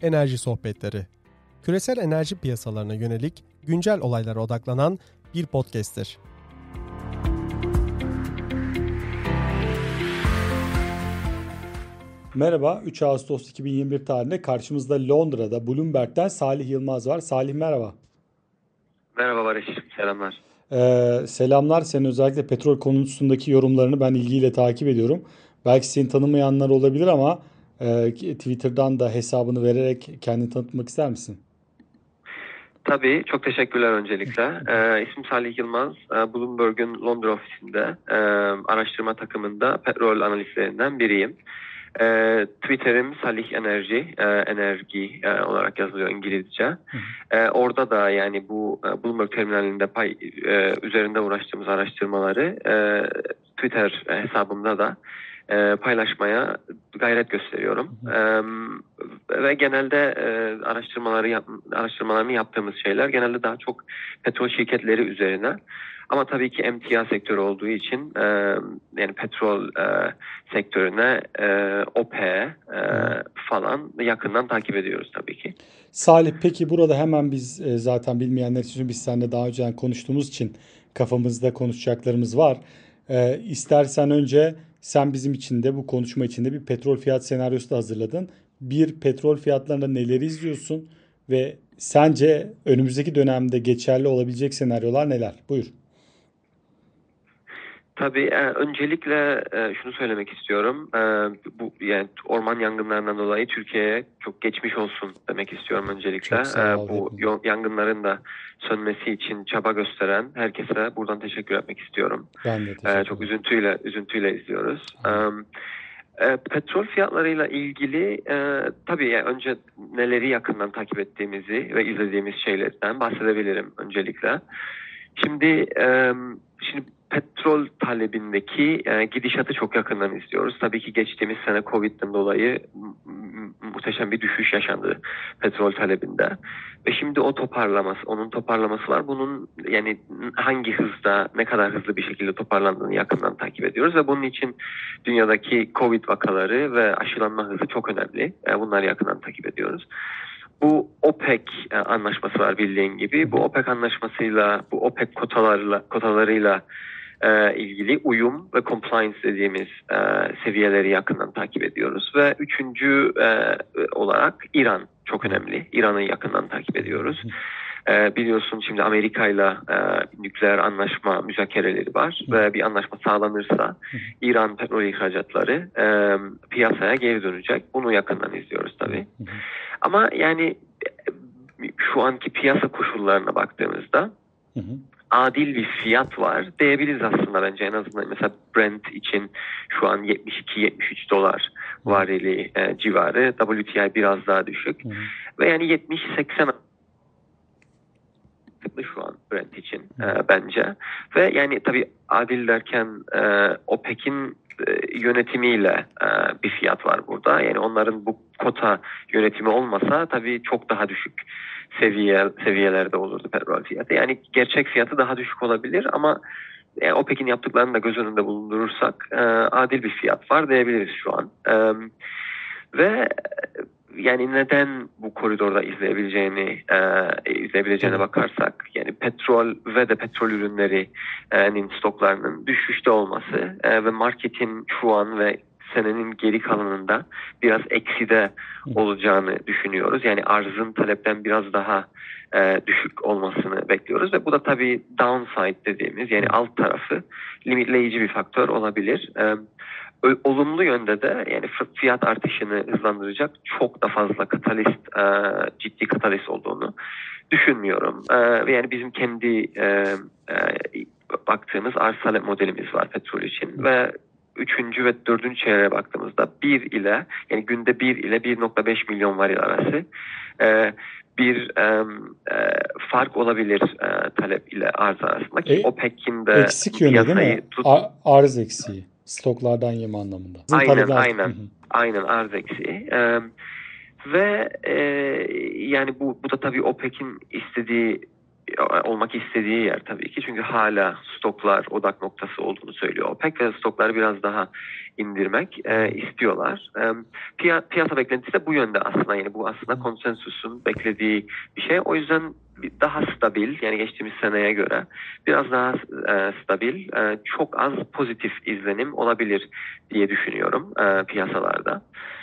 Enerji Sohbetleri. Küresel enerji piyasalarına yönelik güncel olaylara odaklanan bir podcast'tir. Merhaba, 3 Ağustos 2021 tarihinde karşımızda Londra'da Bloomberg'den Salih Yılmaz var. Salih merhaba. Merhaba Barış, selamlar. Selamlar. Senin özellikle petrol konusundaki yorumlarını ben ilgiyle takip ediyorum. Belki seni tanımayanlar olabilir ama Twitter'dan da hesabını vererek kendini tanıtmak ister misin? Tabii, çok teşekkürler öncelikle. İsmim Salih Yılmaz, Bloomberg'un Londra ofisinde araştırma takımında petrol analistlerinden biriyim. Twitter'im Salih Enerji, enerji olarak yazılıyor İngilizce. Orada da yani bu Bloomberg terminalinde üzerinde uğraştığımız araştırmaları Twitter hesabımda da paylaşmaya gayret gösteriyorum. Ve genelde araştırmalarını yaptığımız şeyler genelde daha çok petrol şirketleri üzerine. Ama tabii ki emtia sektörü olduğu için yani petrol sektörüne OPEC falan yakından takip ediyoruz tabii ki. Salih, peki burada hemen biz zaten bilmeyenler için biz seninle daha önce konuştuğumuz için kafamızda konuşacaklarımız var. İstersen önce sen bizim için de bu konuşma için de bir petrol fiyat senaryosu da hazırladın. Petrol fiyatlarında neleri izliyorsun ve sence önümüzdeki dönemde geçerli olabilecek senaryolar neler? Buyur. Tabii öncelikle şunu söylemek istiyorum. Bu yani orman yangınlarından dolayı Türkiye'ye çok geçmiş olsun demek istiyorum öncelikle. Bu yangınların da sönmesi için çaba gösteren herkese buradan teşekkür etmek istiyorum. Ben de teşekkür ederim. Çok üzüntüyle izliyoruz. Petrol fiyatlarıyla ilgili tabii yani önce neleri yakından takip ettiğimizi ve izlediğimiz şeylerden bahsedebilirim öncelikle. Şimdi petrol talebindeki gidişatı çok yakından izliyoruz. Tabii ki geçtiğimiz sene Covid'den dolayı muhteşem bir düşüş yaşandı petrol talebinde. Ve şimdi onun toparlaması var. Bunun yani hangi hızda, ne kadar hızlı bir şekilde toparlandığını yakından takip ediyoruz. Ve bunun için dünyadaki Covid vakaları ve aşılanma hızı çok önemli. Bunları yakından takip ediyoruz. Bu OPEC anlaşması var bildiğin gibi. Bu OPEC anlaşmasıyla, bu OPEC kotalarıyla ilgili uyum ve compliance dediğimiz seviyeleri yakından takip ediyoruz. Ve üçüncü olarak İran çok önemli. İran'ı yakından takip ediyoruz. Biliyorsun şimdi Amerika'yla nükleer anlaşma müzakereleri var ve bir anlaşma sağlanırsa İran petrol ihracatları piyasaya geri dönecek. Bunu yakından izliyoruz tabii. Ama yani şu anki piyasa koşullarına baktığımızda adil bir fiyat var diyebiliriz aslında bence en azından. Mesela Brent için şu an 72-73 dolar varili civarı. WTI biraz daha düşük. Ve yani 70-80 şu an Brent için bence. Ve yani tabii adil derken OPEC'in yönetimiyle bir fiyat var burada. Yani onların bu kota yönetimi olmasa tabii çok daha düşük seviyelerde olurdu petrol fiyatı. Yani gerçek fiyatı daha düşük olabilir ama OPEC'in yaptıklarını da göz önünde bulundurursak adil bir fiyat var diyebiliriz şu an. Ve yani neden bu koridorda izleyebileceğine bakarsak yani petrol ve de petrol ürünlerinin stoklarının düşüşte olması ve marketin şu an ve senenin geri kalanında biraz ekside olacağını düşünüyoruz. Yani arzın talepten biraz daha düşük olmasını bekliyoruz ve bu da tabii downside dediğimiz yani alt tarafı limitleyici bir faktör olabilir. Olumlu yönde de yani fiyat artışını hızlandıracak çok da fazla ciddi katalist olduğunu düşünmüyorum. Yani bizim kendi baktığımız arz talep modelimiz var petrol için ve 3. ve 4. çeyreğe baktığımızda yani günde 1 ile 1.5 milyon varil arası bir fark olabilir talep ile arz arasında ki OPEC'in de eksik yönü değil mi? Arz eksiği. Stoklardan yeme anlamında. Aynen arz eksiği. Ve yani bu da tabii OPEC'in istediği olmak istediği yer tabii ki. Çünkü hala stoklar odak noktası olduğunu söylüyor OPEC ve stokları biraz daha indirmek istiyorlar. Piyasa beklentisi de bu yönde aslında. Yani bu aslında konsensusun beklediği bir şey. O yüzden daha stabil, yani geçtiğimiz seneye göre biraz daha stabil, çok az pozitif izlenim olabilir diye düşünüyorum piyasalarda.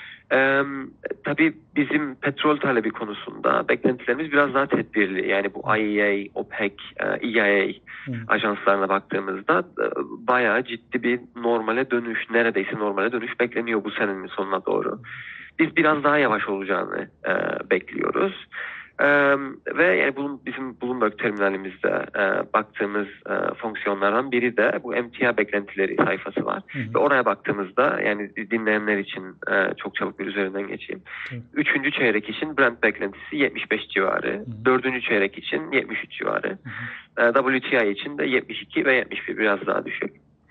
Tabii bizim petrol talebi konusunda beklentilerimiz biraz daha tedbirli. Yani bu IEA, OPEC, EIA ajanslarına baktığımızda bayağı ciddi bir normale dönüş, neredeyse normale dönüş bekleniyor bu senenin sonuna doğru. Biz biraz daha yavaş olacağını bekliyoruz. Ve yani bizim Bloomberg terminalimizde baktığımız fonksiyonlardan biri de bu emtia beklentileri sayfası var. Ve oraya baktığımızda, yani dinleyenler için çok çabuk bir üzerinden geçeyim. Üçüncü çeyrek için Brent beklentisi 75 civarı. Dördüncü çeyrek için 73 civarı. WTI için de 72 ve 71, biraz daha düşük.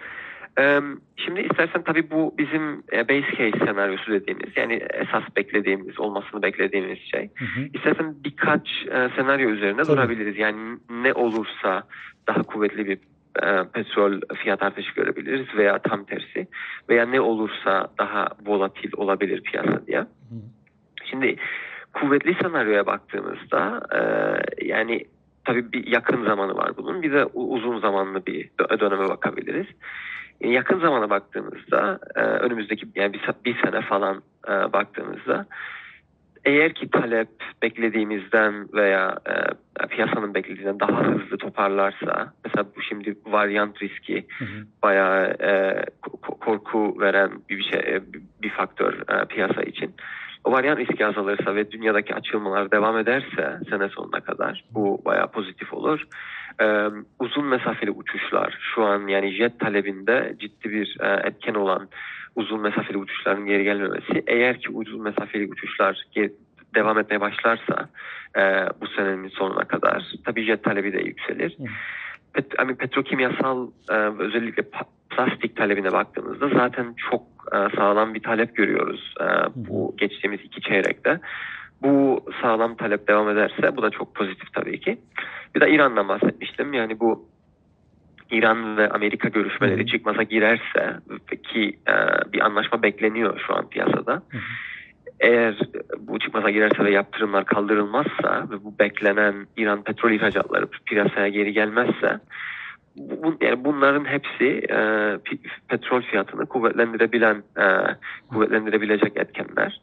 Şimdi istersen tabii bu bizim base case senaryosu dediğimiz, yani esas beklediğimiz, olmasını beklediğimiz şey. İstersen birkaç senaryo üzerinde durabiliriz. Yani ne olursa daha kuvvetli bir petrol fiyat artışı görebiliriz veya tam tersi, veya ne olursa daha volatil olabilir piyasa diye. Şimdi kuvvetli senaryoya baktığımızda yani tabii bir yakın zamanı var bunun, bir de uzun zamanlı bir döneme bakabiliriz. Yakın zamana baktığımızda önümüzdeki, yani bir sene falan baktığımızda, eğer ki talep beklediğimizden veya piyasanın beklediğinden daha hızlı toparlarsa, mesela bu şimdi varyant riski bayağı korku veren bir faktör piyasa için. O varyant riski azalırsa ve dünyadaki açılmalar devam ederse sene sonuna kadar, bu bayağı pozitif olur. Uzun mesafeli uçuşlar, şu an yani jet talebinde ciddi bir etken olan uzun mesafeli uçuşların geri gelmemesi, eğer ki uzun mesafeli uçuşlar devam etmeye başlarsa bu senenin sonuna kadar, tabii jet talebi de yükselir. Petrokimyasal özellikle plastik talebine baktığımızda zaten çok sağlam bir talep görüyoruz bu geçtiğimiz 2 çeyrekte. Bu sağlam talep devam ederse bu da çok pozitif tabii ki. Bir de İran'dan bahsetmiştim. Yani bu İran ve Amerika görüşmeleri çıkmaza girerse ki bir anlaşma bekleniyor şu an piyasada. Eğer bu çıkmaza girerse ve yaptırımlar kaldırılmazsa ve bu beklenen İran petrol ihracatları piyasaya geri gelmezse, yani bunların hepsi petrol fiyatını kuvvetlendirebilecek etkenler.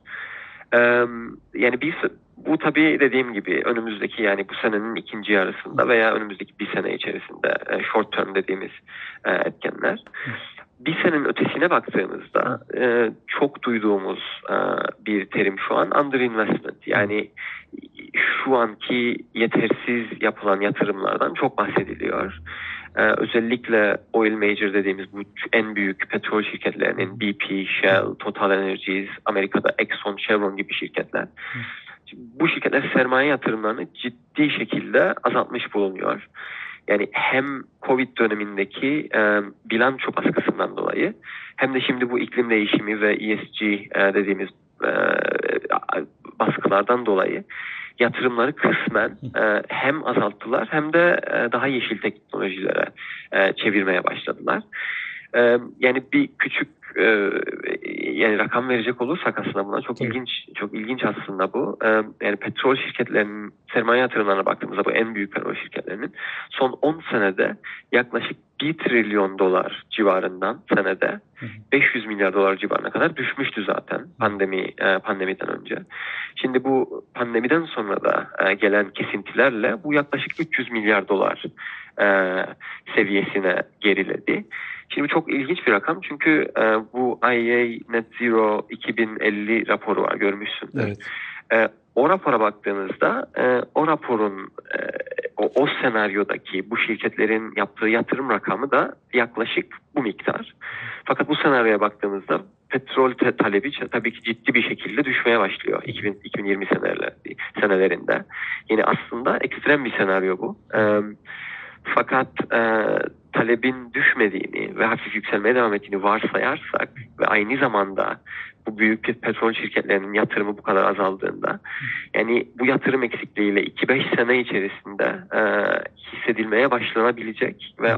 Yani bu tabii dediğim gibi önümüzdeki, yani bu senenin ikinci yarısında veya önümüzdeki bir sene içerisinde short term dediğimiz etkenler. Bir senenin ötesine baktığımızda çok duyduğumuz bir terim şu an underinvestment. Yani şu anki yetersiz yapılan yatırımlardan çok bahsediliyor. Özellikle oil major dediğimiz bu en büyük petrol şirketlerinin BP, Shell, Total Energies, Amerika'da Exxon, Chevron gibi şirketler. Bu şirketler sermaye yatırımlarını ciddi şekilde azaltmış bulunuyor. Yani hem Covid dönemindeki bilanço baskısından dolayı, hem de şimdi bu iklim değişimi ve ESG dediğimiz baskılardan dolayı yatırımları kısmen hem azalttılar hem de daha yeşil teknolojilere çevirmeye başladılar. Yani bir küçük yani rakam verecek olursak aslında buna çok ilginç aslında bu. Yani petrol şirketlerinin sermaye yatırımlarına baktığımızda, bu en büyük petrol şirketlerinin son 10 senede yaklaşık 1 trilyon dolar civarından senede 500 milyar dolar civarına kadar düşmüştü zaten pandemiden önce. Şimdi bu pandemiden sonra da gelen kesintilerle bu yaklaşık 300 milyar dolar seviyesine geriledi. Şimdi çok ilginç bir rakam, çünkü bu IEA Net Zero 2050 raporu var, görmüşsündür. Evet. O rapora baktığınızda o raporun o senaryodaki bu şirketlerin yaptığı yatırım rakamı da yaklaşık bu miktar. Fakat bu senaryoya baktığımızda petrol talebi tabii ki ciddi bir şekilde düşmeye başlıyor 2020 senelerinde. Yine aslında ekstrem bir senaryo bu. Fakat talebin düşmediğini ve hafif yükselmeye devam ettiğini varsayarsak ve aynı zamanda bu büyük petrol şirketlerinin yatırımı bu kadar azaldığında, yani bu yatırım eksikliğiyle 2-5 sene içerisinde hissedilmeye başlanabilecek ve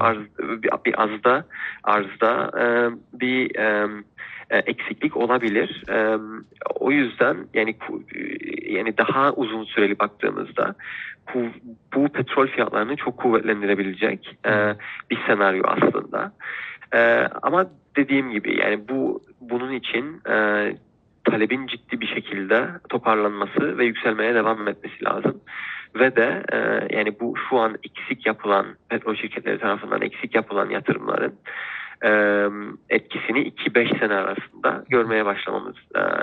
arzda bir eksiklik olabilir. O yüzden yani daha uzun süreli baktığımızda bu petrol fiyatlarını çok kuvvetlendirebilecek bir senaryo aslında. Ama dediğim gibi yani bunun için talebin ciddi bir şekilde toparlanması ve yükselmeye devam etmesi lazım. Ve de yani bu şu an eksik yapılan petrol şirketleri tarafından eksik yapılan yatırımların etkisini 2-5 sene arasında görmeye başlamamız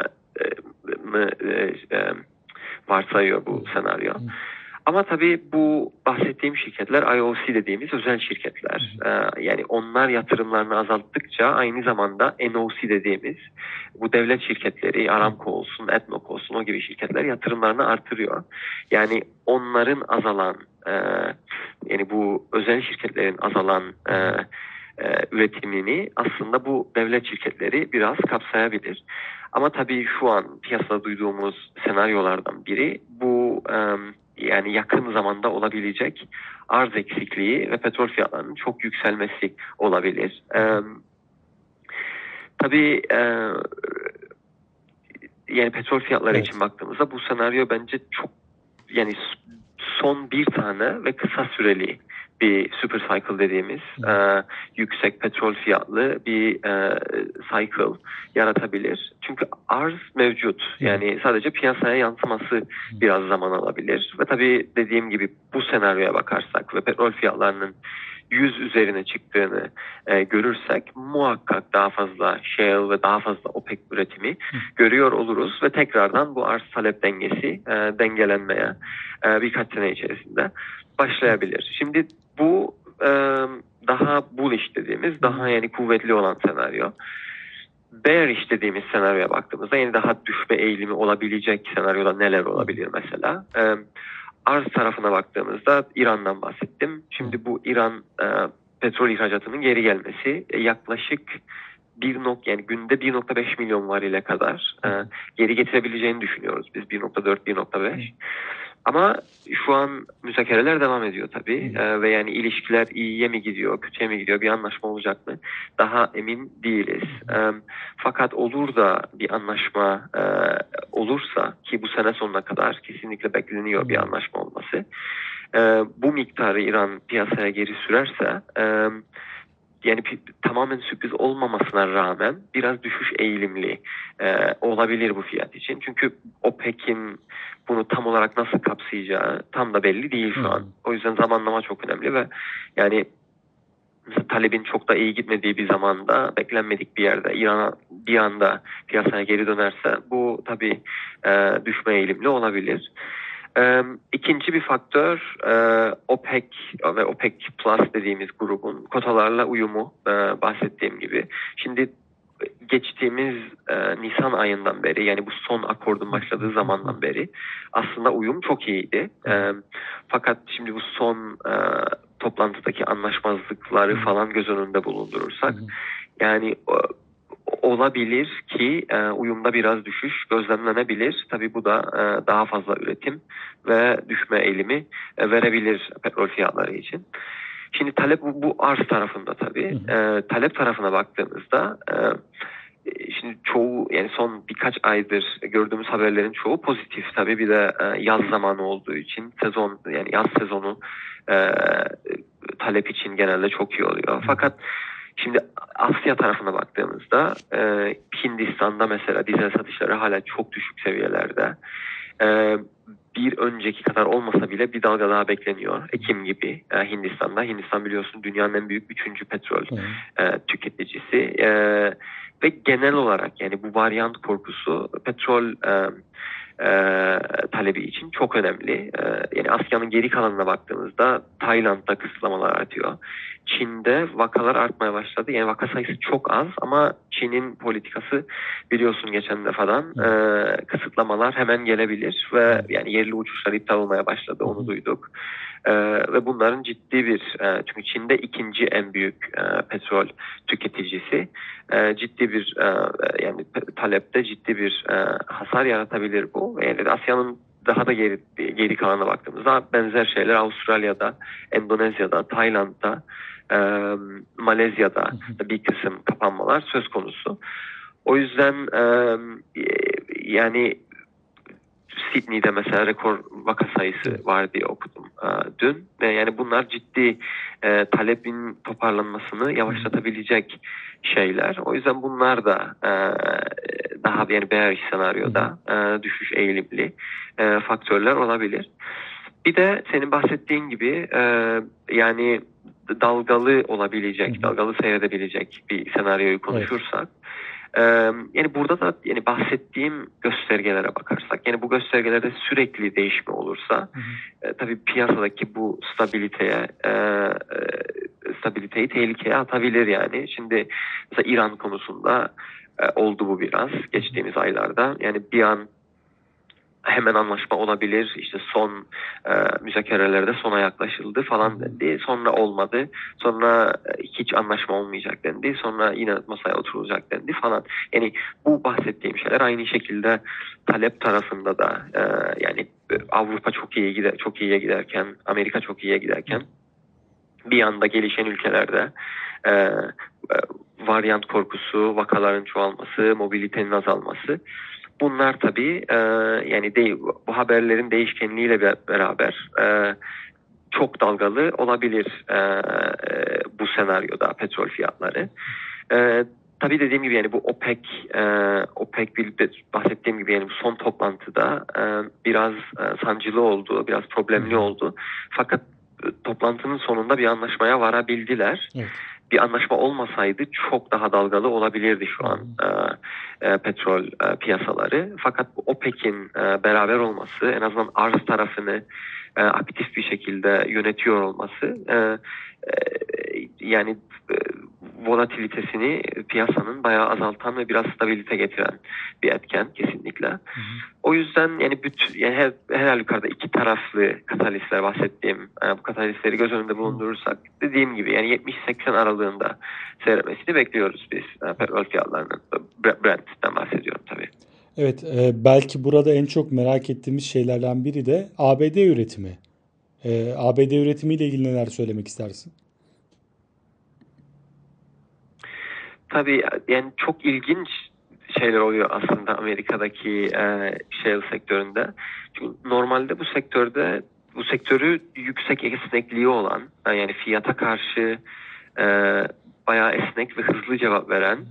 varsayıyor bu senaryo. Ama tabii bu bahsettiğim şirketler IOC dediğimiz özel şirketler. Yani onlar yatırımlarını azalttıkça aynı zamanda NOC dediğimiz bu devlet şirketleri, Aramco olsun, Etnok olsun, o gibi şirketler yatırımlarını artırıyor. Yani onların azalan, yani bu özel şirketlerin azalan üretimini aslında bu devlet şirketleri biraz kapsayabilir. Ama tabii şu an piyasada duyduğumuz senaryolardan biri bu yani yakın zamanda olabilecek arz eksikliği ve petrol fiyatlarının çok yükselmesi olabilir. Tabii yani petrol fiyatları için baktığımızda bu senaryo bence çok, yani son bir tane ve kısa süreli bir super cycle dediğimiz yüksek petrol fiyatlı bir cycle yaratabilir. Çünkü arz mevcut. Yani sadece piyasaya yansıması biraz zaman alabilir. Ve tabii dediğim gibi bu senaryoya bakarsak ve petrol fiyatlarının 100 üzerine çıktığını görürsek muhakkak daha fazla shale ve daha fazla OPEC üretimi görüyor oluruz ve tekrardan bu arz talep dengesi dengelenmeye birkaç sene içerisinde başlayabilir. Şimdi bu daha bullish dediğimiz, daha yani kuvvetli olan senaryo. Bearish dediğimiz senaryoya baktığımızda yani daha düşme eğilimi olabilecek senaryoda neler olabilir mesela? Arz tarafına baktığımızda İran'dan bahsettim. Şimdi bu İran petrol ihracatının geri gelmesi yaklaşık yani günde 1.5 milyon varile kadar geri getirebileceğini düşünüyoruz biz, 1.4-1.5. Ama şu an müzakereler devam ediyor tabii ve yani ilişkiler iyiye mi gidiyor, kötüye mi gidiyor, bir anlaşma olacak mı? Daha emin değiliz. Fakat olur da bir anlaşma olursa, ki bu sene sonuna kadar kesinlikle bekleniyor bir anlaşma olması, bu miktarı İran piyasaya geri sürerse yani tamamen sürpriz olmamasına rağmen biraz düşüş eğilimli olabilir bu fiyat için. Çünkü OPEC'in bunu tam olarak nasıl kapsayacağı tam da belli değil şu an. O yüzden zamanlama çok önemli ve yani mesela talebin çok da iyi gitmediği bir zamanda, beklenmedik bir yerde İran'a bir anda piyasaya geri dönerse bu tabii düşme eğilimli olabilir. İkinci bir faktör OPEC ve OPEC Plus dediğimiz grubun kotalarla uyumu, bahsettiğim gibi. Şimdi geçtiğimiz Nisan ayından beri, yani bu son akordun başladığı zamandan beri aslında uyum çok iyiydi. Fakat şimdi bu son toplantıdaki anlaşmazlıkları falan göz önünde bulundurursak yani olabilir ki uyumda biraz düşüş gözlemlenebilir. Tabii bu da daha fazla üretim ve düşme eğilimi verebilir petrol fiyatları için. Şimdi talep bu arz tarafında tabii. Talep tarafına baktığımızda şimdi çoğu, yani son birkaç aydır gördüğümüz haberlerin çoğu pozitif tabii. Bir de yaz zamanı olduğu için yani yaz sezonu talep için genelde çok iyi oluyor. Fakat şimdi Asya tarafına baktığımızda Hindistan'da mesela dizel satışları hala çok düşük seviyelerde. Bir önceki kadar olmasa bile bir dalga daha bekleniyor Ekim gibi Hindistan'da. Hindistan biliyorsun dünyanın en büyük 3. petrol tüketicisi. Ve genel olarak yani bu varyant korkusu petrol talebi için çok önemli. Yani Asya'nın geri kalanına baktığımızda Tayland'da kısıtlamalar artıyor. Çin'de vakalar artmaya başladı. Yani vaka sayısı çok az ama Çin'in politikası biliyorsun geçen defadan kısıtlamalar hemen gelebilir ve yani yerli uçuşlar iptal olmaya başladı, onu duyduk. Ve bunların ciddi bir çünkü Çin'de ikinci en büyük petrol tüketicisi, ciddi bir yani talepte ciddi bir hasar yaratabilir bu. Yani Asya'nın daha da geri kalanına baktığımızda benzer şeyler Avustralya'da, Endonezya'da, Tayland'da, Malezya'da bir kısım kapanmalar söz konusu. O yüzden yani Sydney'de mesela rekor vaka sayısı var diye okudum dün. Yani bunlar ciddi talebin toparlanmasını yavaşlatabilecek şeyler. O yüzden bunlar da daha yani bearish senaryoda düşüş eğilimli faktörler olabilir. Bir de senin bahsettiğin gibi yani dalgalı olabilecek, dalgalı seyredebilecek bir senaryoyu konuşursak, yani burada da yani bahsettiğim göstergelere bakarsak, yani bu göstergelerde sürekli değişme olursa tabii piyasadaki bu stabiliteyi tehlikeye atabilir yani. Şimdi mesela İran konusunda oldu bu biraz geçtiğimiz aylarda. Yani bir an hemen anlaşma olabilir, işte son müzakerelerde sona yaklaşıldı falan dendi. Sonra olmadı. Sonra hiç anlaşma olmayacak dendi. Sonra yine masaya oturulacak dendi falan. Yani bu bahsettiğim şeyler aynı şekilde talep tarafında da yani Avrupa çok iyiye giderken, Amerika çok iyiye giderken bir anda gelişen ülkelerde varyant korkusu, vakaların çoğalması, mobilitenin azalması, bunlar tabii yani bu haberlerin değişkenliğiyle beraber çok dalgalı olabilir bu senaryoda petrol fiyatları. Tabii dediğim gibi yani bu OPEC birlikte bahsettiğim gibi yani bu son toplantıda biraz sancılı oldu, biraz problemli oldu. Fakat toplantının sonunda bir anlaşmaya varabildiler. Evet. Bir anlaşma olmasaydı çok daha dalgalı olabilirdi şu an petrol piyasaları. Fakat bu OPEC'in beraber olması, en azından arz tarafını aktif bir şekilde yönetiyor olması yani volatilitesini piyasanın bayağı azaltan ve biraz stabilite getiren bir etken kesinlikle. O yüzden yani yani her halükarda iki taraflı katalistler bahsettiğim bu katalistleri göz önünde bulundurursak dediğim gibi yani 70-80 aralığında seyretmesini bekliyoruz biz petrol fiyatlarının. Brent'ten bahsediyorum tabii. Evet, belki burada en çok merak ettiğimiz şeylerden biri de ABD üretimi. ABD üretimiyle ilgili neler söylemek istersin? Tabii yani çok ilginç şeyler oluyor aslında Amerika'daki shale sektöründe. Çünkü normalde bu sektörü yüksek esnekliği olan yani fiyata karşı bayağı esnek ve hızlı cevap veren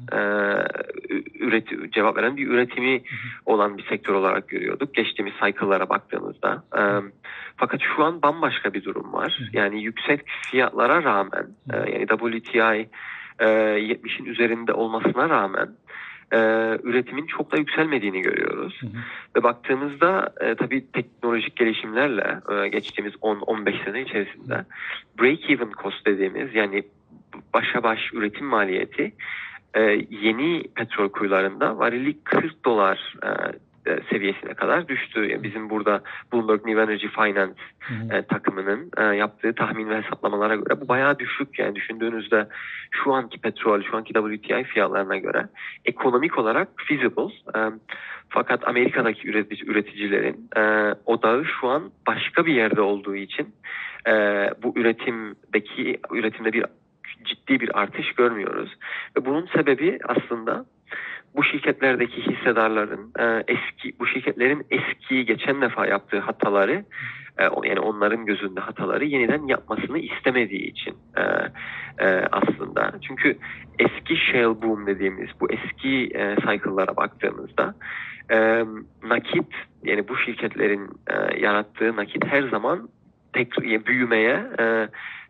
bir üretimi olan bir sektör olarak görüyorduk geçtiğimiz cycle'lara baktığımızda. Fakat şu an bambaşka bir durum var. Yani yüksek fiyatlara rağmen yani WTI 70'in üzerinde olmasına rağmen üretimin çok da yükselmediğini görüyoruz. Ve baktığımızda tabii teknolojik gelişimlerle geçtiğimiz 10-15 sene içerisinde break-even cost dediğimiz yani başa baş üretim maliyeti yeni petrol kuyularında varili $40 seviyesine kadar düştü. Yani bizim burada Bloomberg New Energy Finance takımının yaptığı tahmin ve hesaplamalara göre bu bayağı düşük. Yani düşündüğünüzde şu anki petrol, şu anki WTI fiyatlarına göre ekonomik olarak feasible. Fakat Amerika'daki üreticilerin odağı şu an başka bir yerde olduğu için bu üretimde bir ciddi bir artış görmüyoruz. Ve bunun sebebi aslında bu şirketlerdeki hissedarların bu şirketlerin geçen defa yaptığı hataları yani onların gözünde hataları yeniden yapmasını istemediği için aslında. Çünkü eski shale boom dediğimiz bu eski cycle'lara baktığımızda nakit yani bu şirketlerin yarattığı nakit her zaman büyümeye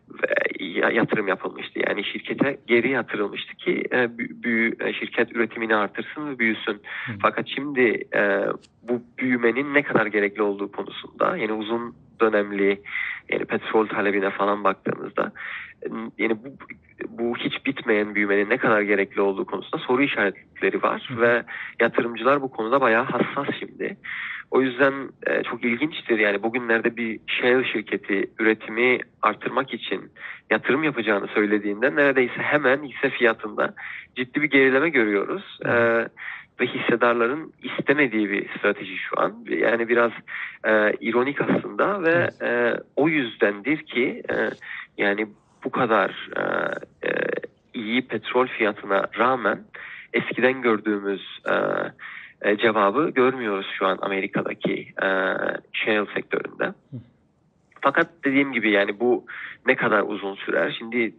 yatırım yapılmıştı. Yani şirkete geri yatırılmıştı ki şirket üretimini artırsın ve büyüsün. Fakat şimdi bu büyümenin ne kadar gerekli olduğu konusunda, yani uzun dönemli, yani petrol talebine falan baktığımızda, yani bu hiç bitmeyen büyümenin ne kadar gerekli olduğu konusunda soru işaretleri var ve yatırımcılar bu konuda bayağı hassas şimdi. O yüzden çok ilginçtir. Yani bugünlerde bir shale şirketi üretimi artırmak için yatırım yapacağını söylediğinde neredeyse hemen hisse fiyatında ciddi bir gerileme görüyoruz. Ve hissedarların istemediği bir strateji şu an. Yani biraz ironik aslında ve o yüzdendir ki yani bu kadar iyi petrol fiyatına rağmen eskiden gördüğümüz cevabı görmüyoruz şu an Amerika'daki shale sektöründe. Fakat dediğim gibi yani bu ne kadar uzun sürer? Şimdi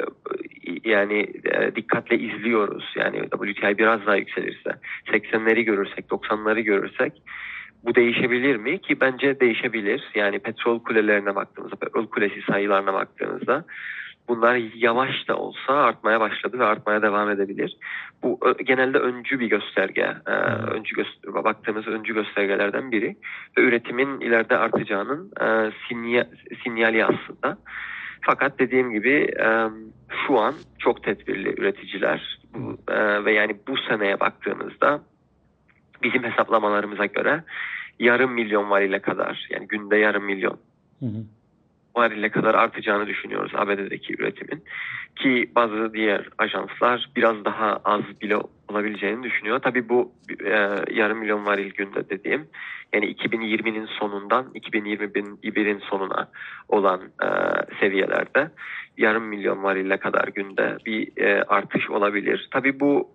yani dikkatle izliyoruz. Yani WTI biraz daha yükselirse, 80'leri görürsek, 90'ları görürsek bu değişebilir mi? Ki bence değişebilir. Yani petrol kulelerine baktığımızda, petrol kulesi sayılarına baktığımızda bunlar yavaş da olsa artmaya başladı ve artmaya devam edebilir. Bu genelde öncü bir gösterge. Baktığımız öncü göstergelerden biri. Ve üretimin ileride artacağının sinyali aslında. Fakat dediğim gibi şu an çok tedbirli üreticiler. Ve yani bu seneye baktığımızda bizim hesaplamalarımıza göre 500.000 varile kadar, yani günde 500.000 varile kadar artacağını düşünüyoruz ABD'deki üretimin. Ki bazı diğer ajanslar biraz daha az bile olabileceğini düşünüyor. Tabii bu 500.000 varil günde dediğim, yani 2020'nin sonundan 2021'in sonuna olan seviyelerde 500.000 varille kadar günde bir artış olabilir. Tabii bu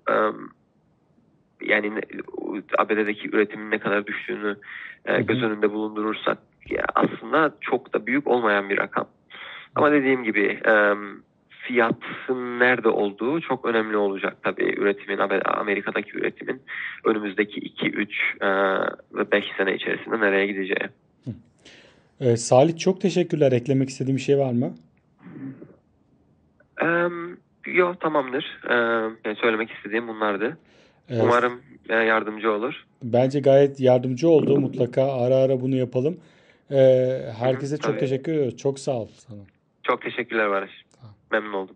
yani ABD'deki üretimin ne kadar düştüğünü göz önünde bulundurursak aslında çok da büyük olmayan bir rakam. Ama dediğim gibi fiyatın nerede olduğu çok önemli olacak tabii üretimin, Amerika'daki üretimin önümüzdeki 2, 3 ve 5 sene içerisinde nereye gideceği. Salih, çok teşekkürler. Eklemek istediğin bir şey var mı? Yok, tamamdır. Yani söylemek istediğim bunlardı. Umarım yardımcı olur. Bence gayet yardımcı oldu. Mutlaka ara ara bunu yapalım. Herkese çok teşekkür ediyoruz. Çok sağ ol sana. Çok teşekkürler Barış. Memnun oldum.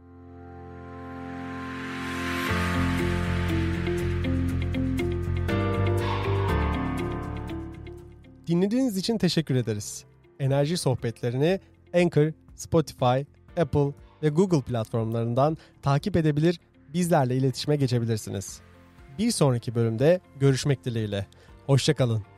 Dinlediğiniz için teşekkür ederiz. Enerji sohbetlerini Anchor, Spotify, Apple ve Google platformlarından takip edebilir, bizlerle iletişime geçebilirsiniz. Bir sonraki bölümde görüşmek dileğiyle. Hoşça kalın.